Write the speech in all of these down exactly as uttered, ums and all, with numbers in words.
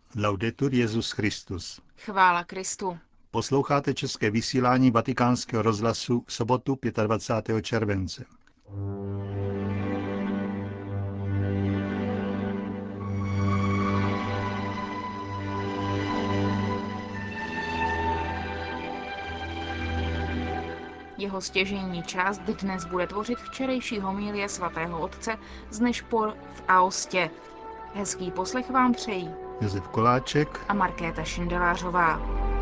Laudetur Jesus Christus. Chvála Kristu. Posloucháte české vysílání Vatikánského rozhlasu v sobotu dvacátého pátého července. Jeho stěžejní část dnes bude tvořit včerejší homilie svatého otce z Nešpor v Aostě. Hezký poslech vám přejí Josef Koláček a Markéta Šindelářová.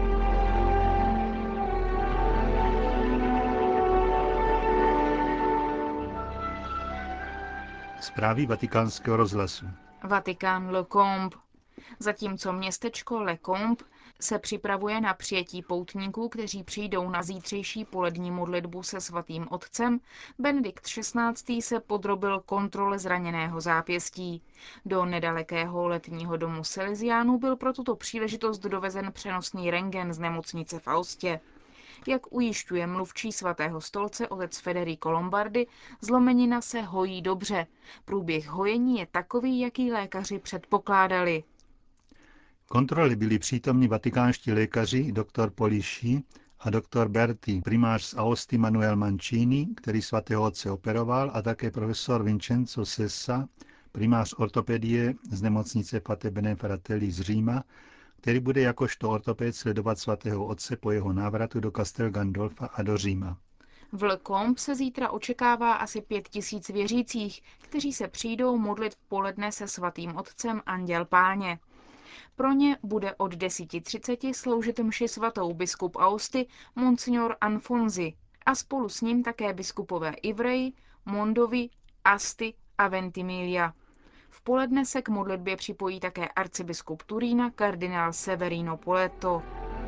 Zprávy Vatikánského rozhlasu. Vatikán Le Combe. Zatímco městečko Le Combe se připravuje na přijetí poutníků, kteří přijdou na zítřejší polední modlitbu se svatým otcem, Benedikt šestnáctý. Se podrobil kontrole zraněného zápěstí. Do nedalekého letního domu Salesiánů byl pro tuto příležitost dovezen přenosný rentgen z nemocnice v Aostě. Jak ujišťuje mluvčí svatého stolce otec Federico Lombardi, zlomenina se hojí dobře. Průběh hojení je takový, jaký lékaři předpokládali. Kontroly byli přítomní vatikánští lékaři doktor Poliši a doktor Berti, primář z Aosty Manuel Mancini, který svatého otce operoval, a také profesor Vincenzo Sessa, primář ortopedie z nemocnice Pate Bene Fratelli z Říma, který bude jakožto ortoped sledovat svatého otce po jeho návratu do Castel Gandolfa a do Říma. V Le Combe se zítra očekává asi pět tisíc věřících, kteří se přijdou modlit v poledne se svatým otcem Anděl Páně. Pro ně bude od deset třicet sloužit mši svatou biskup Aosty Monsignor Anfonsi a spolu s ním také biskupové Ivrej, Mondovi, Asti a Ventimiglia. V poledne se k modlitbě připojí také arcibiskup Turína kardinál Severino Poletto.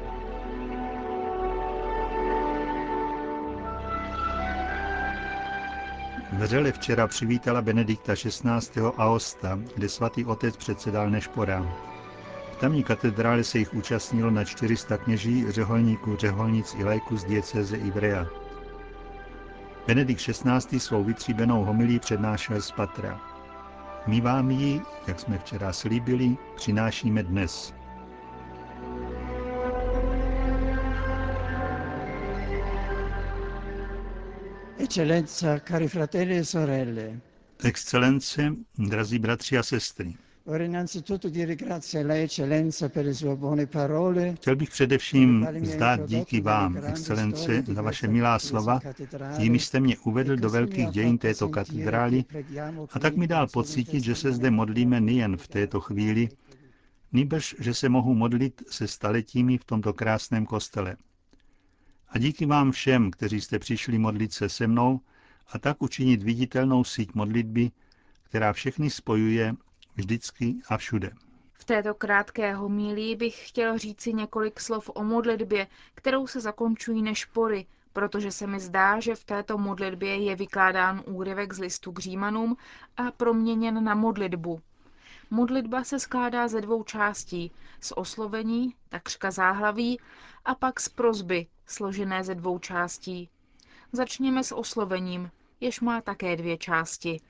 Vřele včera přivítala Benedikta šestnáctého. Aosta, kde svatý otec předsedal nešporám. V tamní katedrále se jich účastnilo na čtyři sta kněží, řeholníků, řeholnic i laiků z diecéze Ivrea. Benedikt šestnáctý. Svou vytříbenou homilí přednášel z patra. My vám ji, jak jsme včera slíbili, přinášíme dnes. Eccellenza, cari fratelli e sorelle. Excelence, drazí bratři a sestry. Chtěl bych především vzdát díky vám, excelence, za vaše milá slova, jimiž jste mě uvedl do velkých dějin této katedrály a tak mi dal pocítit, že se zde modlíme nejen v této chvíli, nýbrž, že se mohu modlit se staletími v tomto krásném kostele. A díky vám všem, kteří jste přišli modlit se se mnou a tak učinit viditelnou síť modlitby, která všechny spojuje vždycky a všude. V této krátké homílii bych chtěl říci několik slov o modlitbě, kterou se zakončují nešpory, protože se mi zdá, že v této modlitbě je vykládán úryvek z listu k Římanům a proměněn na modlitbu. Modlitba se skládá ze dvou částí, z oslovení, takřka záhlaví, a pak z prosby, složené ze dvou částí. Začněme s oslovením, jež má také dvě části.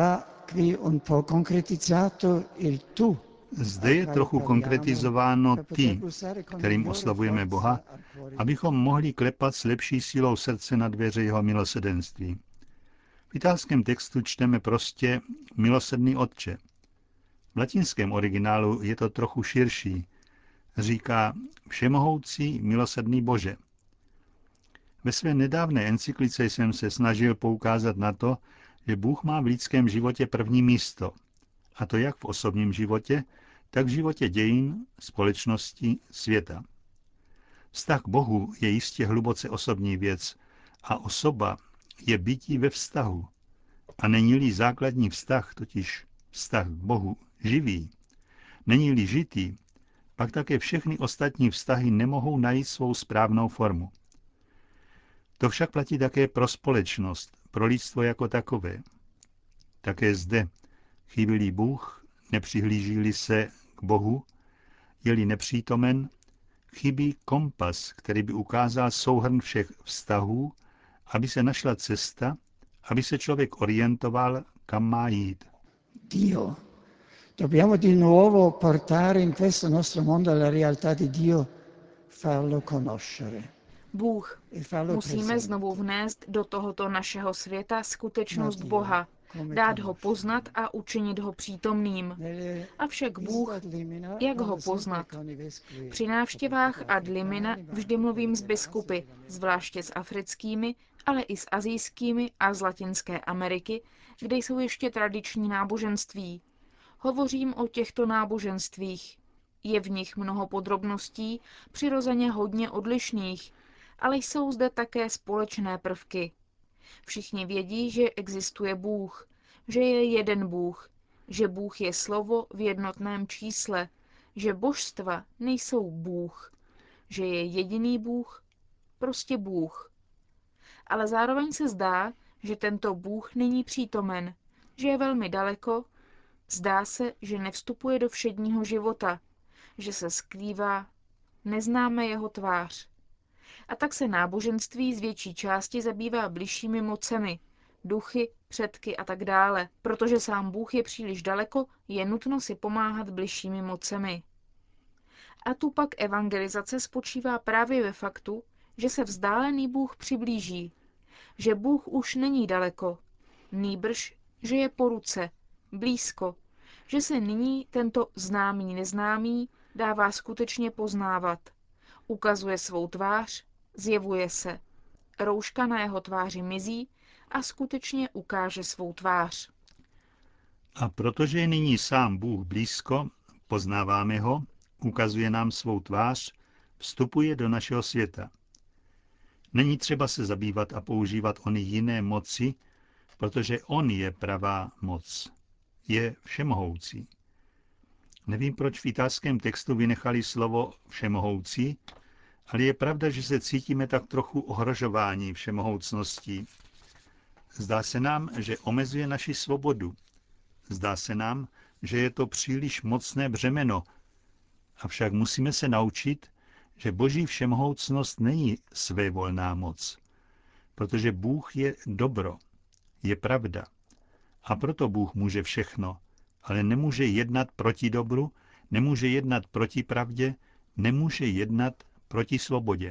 Zde je trochu konkretizováno ty, kterým oslavujeme Boha, abychom mohli klepat s lepší sílou srdce na dveře jeho milosrdenství. V italském textu čteme prostě milosrdný Otče. V latinském originálu je to trochu širší. Říká všemohoucí milosrdný Bože. Ve své nedávné encyklice jsem se snažil poukázat na to, že Bůh má v lidském životě první místo. A to jak v osobním životě, tak v životě dějin, společnosti, světa. Vztah k Bohu je jistě hluboce osobní věc a osoba je bytí ve vztahu. A není-li základní vztah, totiž vztah k Bohu, živý, není-li žitý, pak také všechny ostatní vztahy nemohou najít svou správnou formu. To však platí také pro společnost, pro lidstvo jako takové. Také zde chybí Bůh, nepřihlíží-li se k Bohu, je-li nepřítomen, chybí kompas, který by ukázal souhrn všech vztahů, aby se našla cesta, aby se člověk orientoval, kam má jít. Dio, Dobbiamo di nuovo portare in questo nostro mondo la realtà di Dio, farlo conoscere Bůh. e farlo Musíme znovu presente. vnést do tohoto našeho světa skutečnost Dio, Boha, come dát ho conoscerlo. poznat a učinit ho přítomným. Nelle Avšak visite Bůh, ad limina jak ho parlo sempre poznat? con i vescovi, Při soprattutto návštěvách ad limina africani, ma vždy anche quelli mluvím s dell'Asia, biskupy, dell'America zvláště s africkými, ale i s asijskými a z Latinské Ameriky, kde jsou ještě tradiční náboženství. Hovořím o těchto náboženstvích. Je v nich mnoho podrobností, přirozeně hodně odlišných, ale jsou zde také společné prvky. Všichni vědí, že existuje Bůh, že je jeden Bůh, že Bůh je slovo v jednotném čísle, že božstva nejsou Bůh, že je jediný Bůh, prostě Bůh. Ale zároveň se zdá, že tento Bůh není přítomen, že je velmi daleko, zdá se, že nevstupuje do všedního života, že se skrývá, neznáme jeho tvář. A tak se náboženství z větší části zabývá bližšími mocemi, duchy, předky a tak dále. Protože sám Bůh je příliš daleko, je nutno si pomáhat bližšími mocemi. A tu pak evangelizace spočívá právě ve faktu, že se vzdálený Bůh přiblíží, že Bůh už není daleko, nýbrž, že je po ruce, blízko, že se nyní tento známý neznámý dává skutečně poznávat. Ukazuje svou tvář, zjevuje se. Rouška na jeho tváři mizí a skutečně ukáže svou tvář. A protože je nyní sám Bůh blízko, poznáváme ho, ukazuje nám svou tvář, vstupuje do našeho světa. Není třeba se zabývat a používat ony jiné moci, protože on je pravá moc. Je všemohoucí. Nevím, proč v italském textu vynechali slovo všemohoucí, ale je pravda, že se cítíme tak trochu ohrožování všemohoucností. Zdá se nám, že omezuje naši svobodu. Zdá se nám, že je to příliš mocné břemeno. Avšak musíme se naučit, že Boží všemohoucnost není svévolná moc, protože Bůh je dobro, je pravda. A proto Bůh může všechno, ale nemůže jednat proti dobru, nemůže jednat proti pravdě, nemůže jednat proti svobodě.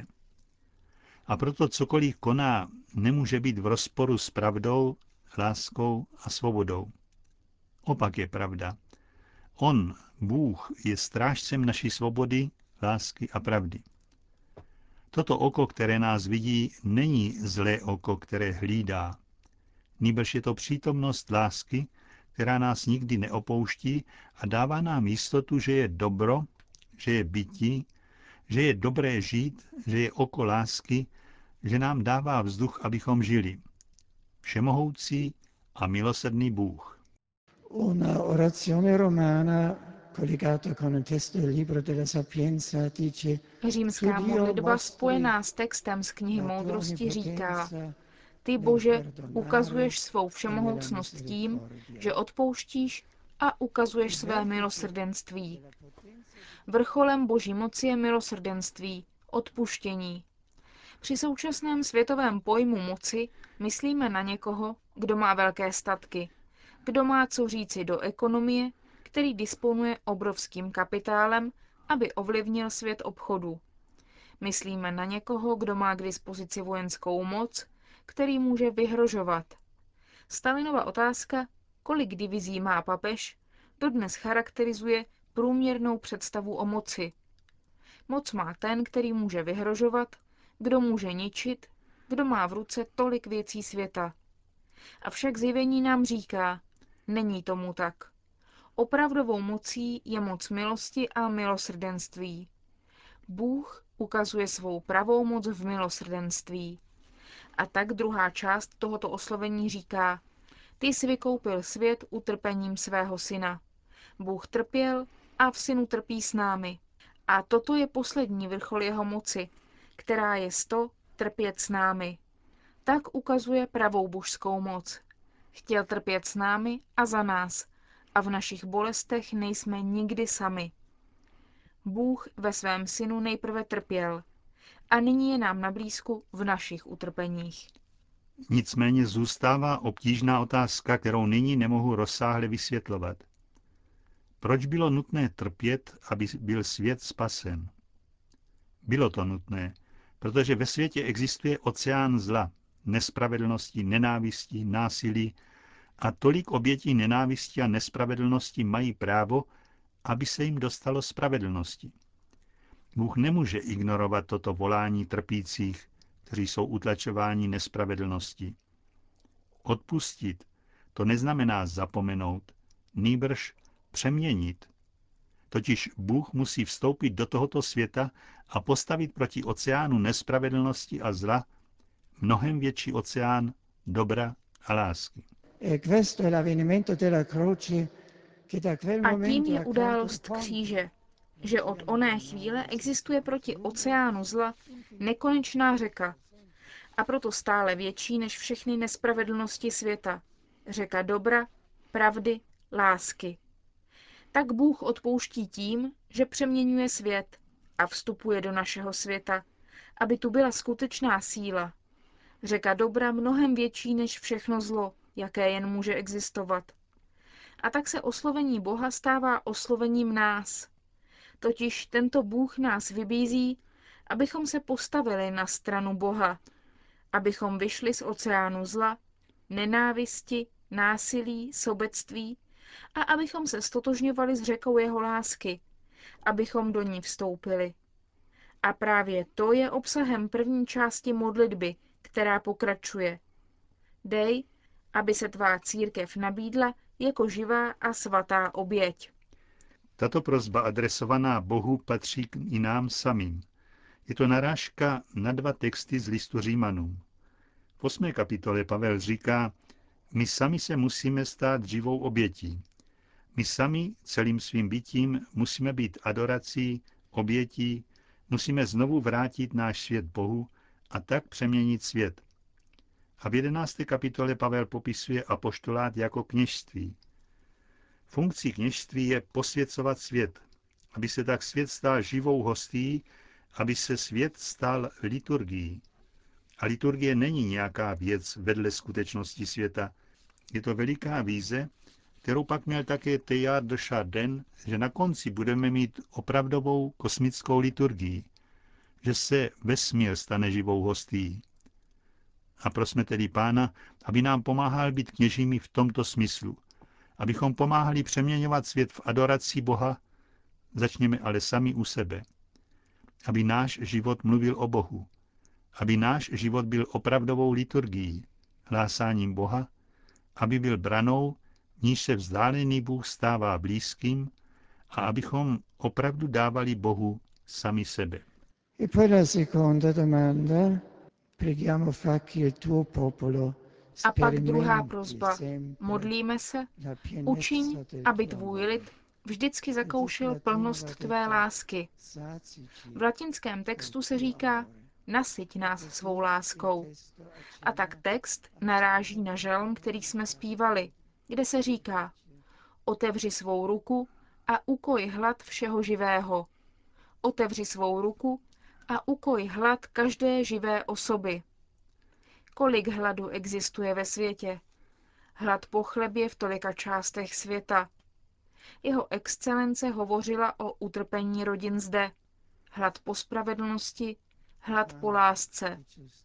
A proto cokoliv koná, nemůže být v rozporu s pravdou, láskou a svobodou. Opak je pravda. On, Bůh, je strážcem naší svobody, lásky a pravdy. Toto oko, které nás vidí, není zlé oko, které hlídá. Nýbrž je to přítomnost lásky, která nás nikdy neopouští a dává nám jistotu, že je dobro, že je bytí, že je dobré žít, že je oko lásky, že nám dává vzduch, abychom žili. Všemohoucí a milosrdný Bůh. Una orazione romana collegata con un testo del libro della Sapienza dice: Římská modlitba spojená s textem z knihy Moudrosti říká: Ty, Bože, ukazuješ svou všemohoucnost tím, že odpouštíš a ukazuješ své milosrdenství. Vrcholem Boží moci je milosrdenství, odpuštění. Při současném světovém pojmu moci myslíme na někoho, kdo má velké statky, kdo má co říci do ekonomie, který disponuje obrovským kapitálem, aby ovlivnil svět obchodu. Myslíme na někoho, kdo má k dispozici vojenskou moc, který může vyhrožovat. Stalinova otázka, kolik divizí má papež, dodnes charakterizuje průměrnou představu o moci. Moc má ten, který může vyhrožovat, kdo může ničit, kdo má v ruce tolik věcí světa. Avšak zjevení nám říká, není tomu tak. Opravdovou mocí je moc milosti a milosrdenství. Bůh ukazuje svou pravou moc v milosrdenství. A tak druhá část tohoto oslovení říká, ty jsi vykoupil svět utrpením svého syna. Bůh trpěl a v synu trpí s námi. A toto je poslední vrchol jeho moci, která je sto trpět s námi. Tak ukazuje pravou božskou moc. Chtěl trpět s námi a za nás. A v našich bolestech nejsme nikdy sami. Bůh ve svém synu nejprve trpěl. A nyní je nám nablízku v našich utrpeních. Nicméně zůstává obtížná otázka, kterou nyní nemohu rozsáhle vysvětlovat. Proč bylo nutné trpět, aby byl svět spasen? Bylo to nutné, protože ve světě existuje oceán zla, nespravedlnosti, nenávisti, násilí a tolik obětí nenávisti a nespravedlnosti mají právo, aby se jim dostalo spravedlnosti. Bůh nemůže ignorovat toto volání trpících, kteří jsou utlačováni nespravedlností. Odpustit to neznamená zapomenout, nýbrž přeměnit. Totiž Bůh musí vstoupit do tohoto světa a postavit proti oceánu nespravedlnosti a zla mnohem větší oceán dobra a lásky. A tím je událost kříže, že od oné chvíle existuje proti oceánu zla nekonečná řeka, a proto stále větší než všechny nespravedlnosti světa. Řeka dobra, pravdy, lásky. Tak Bůh odpouští tím, že přeměňuje svět a vstupuje do našeho světa, aby tu byla skutečná síla. Řeka dobra mnohem větší než všechno zlo, jaké jen může existovat. A tak se oslovení Boha stává oslovením nás. Totiž tento Bůh nás vybízí, abychom se postavili na stranu Boha, abychom vyšli z oceánu zla, nenávisti, násilí, sobectví a abychom se stotožňovali s řekou jeho lásky, abychom do ní vstoupili. A právě to je obsahem první části modlitby, která pokračuje. Dej, aby se tvá církev nabídla jako živá a svatá oběť. Tato prosba adresovaná Bohu patří i nám samým. Je to narážka na dva texty z listu Římanům. V osmé kapitole Pavel říká, my sami se musíme stát živou obětí. My sami celým svým bytím musíme být adorací, obětí, musíme znovu vrátit náš svět Bohu a tak přeměnit svět. A v jedenácté kapitole Pavel popisuje apoštolát jako kněžství. Funkcí kněžství je posvěcovat svět, aby se tak svět stal živou hostií, aby se svět stal liturgií. A liturgie není nějaká věc vedle skutečnosti světa. Je to veliká víze, kterou pak měl také Teilhard de Chardin, že na konci budeme mít opravdovou kosmickou liturgii, že se vesmír stane živou hostií. A prosme tedy Pána, aby nám pomáhal být kněžími v tomto smyslu, abychom pomáhali přeměňovat svět v adoraci Boha, začněme ale sami u sebe. Aby náš život mluvil o Bohu, aby náš život byl opravdovou liturgií, hlásáním Boha, aby byl branou, v níž se vzdálený Bůh stává blízkým a abychom opravdu dávali Bohu sami sebe. E poi la seconda domanda, preghiamo facchi il tuo popolo. A pak druhá prosba. Modlíme se, učiň, aby tvůj lid vždycky zakoušel plnost tvé lásky. V latinském textu se říká, nasyť nás svou láskou. A tak text naráží na žalm, který jsme zpívali, kde se říká, otevři svou ruku a ukoj hlad všeho živého. Otevři svou ruku a ukoj hlad každé živé osoby. Kolik hladu existuje ve světě? Hlad po chlebě v tolika částech světa. Jeho excelence hovořila o utrpení rodin zde. Hlad po spravedlnosti, hlad po lásce.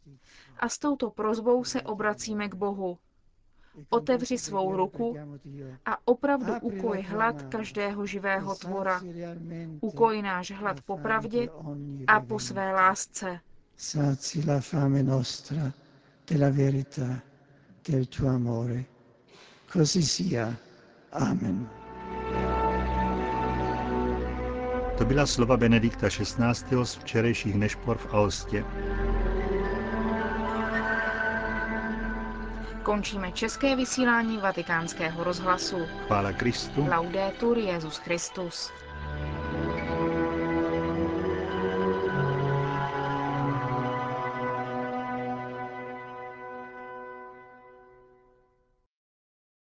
A s touto prosbou se obracíme k Bohu. Otevři svou ruku a opravdu ukoj hlad každého živého tvora. Ukoj náš hlad po pravdě a po své lásce. Sazi la fame nostra della verità, del tuo amore. Così sia. Amen. To byla slova Benedikta šestnáctého z včerejších nešpor v Aostě. Končíme české vysílání Vatikánského rozhlasu. Chvála Kristu. Laudetur Jesus Christus.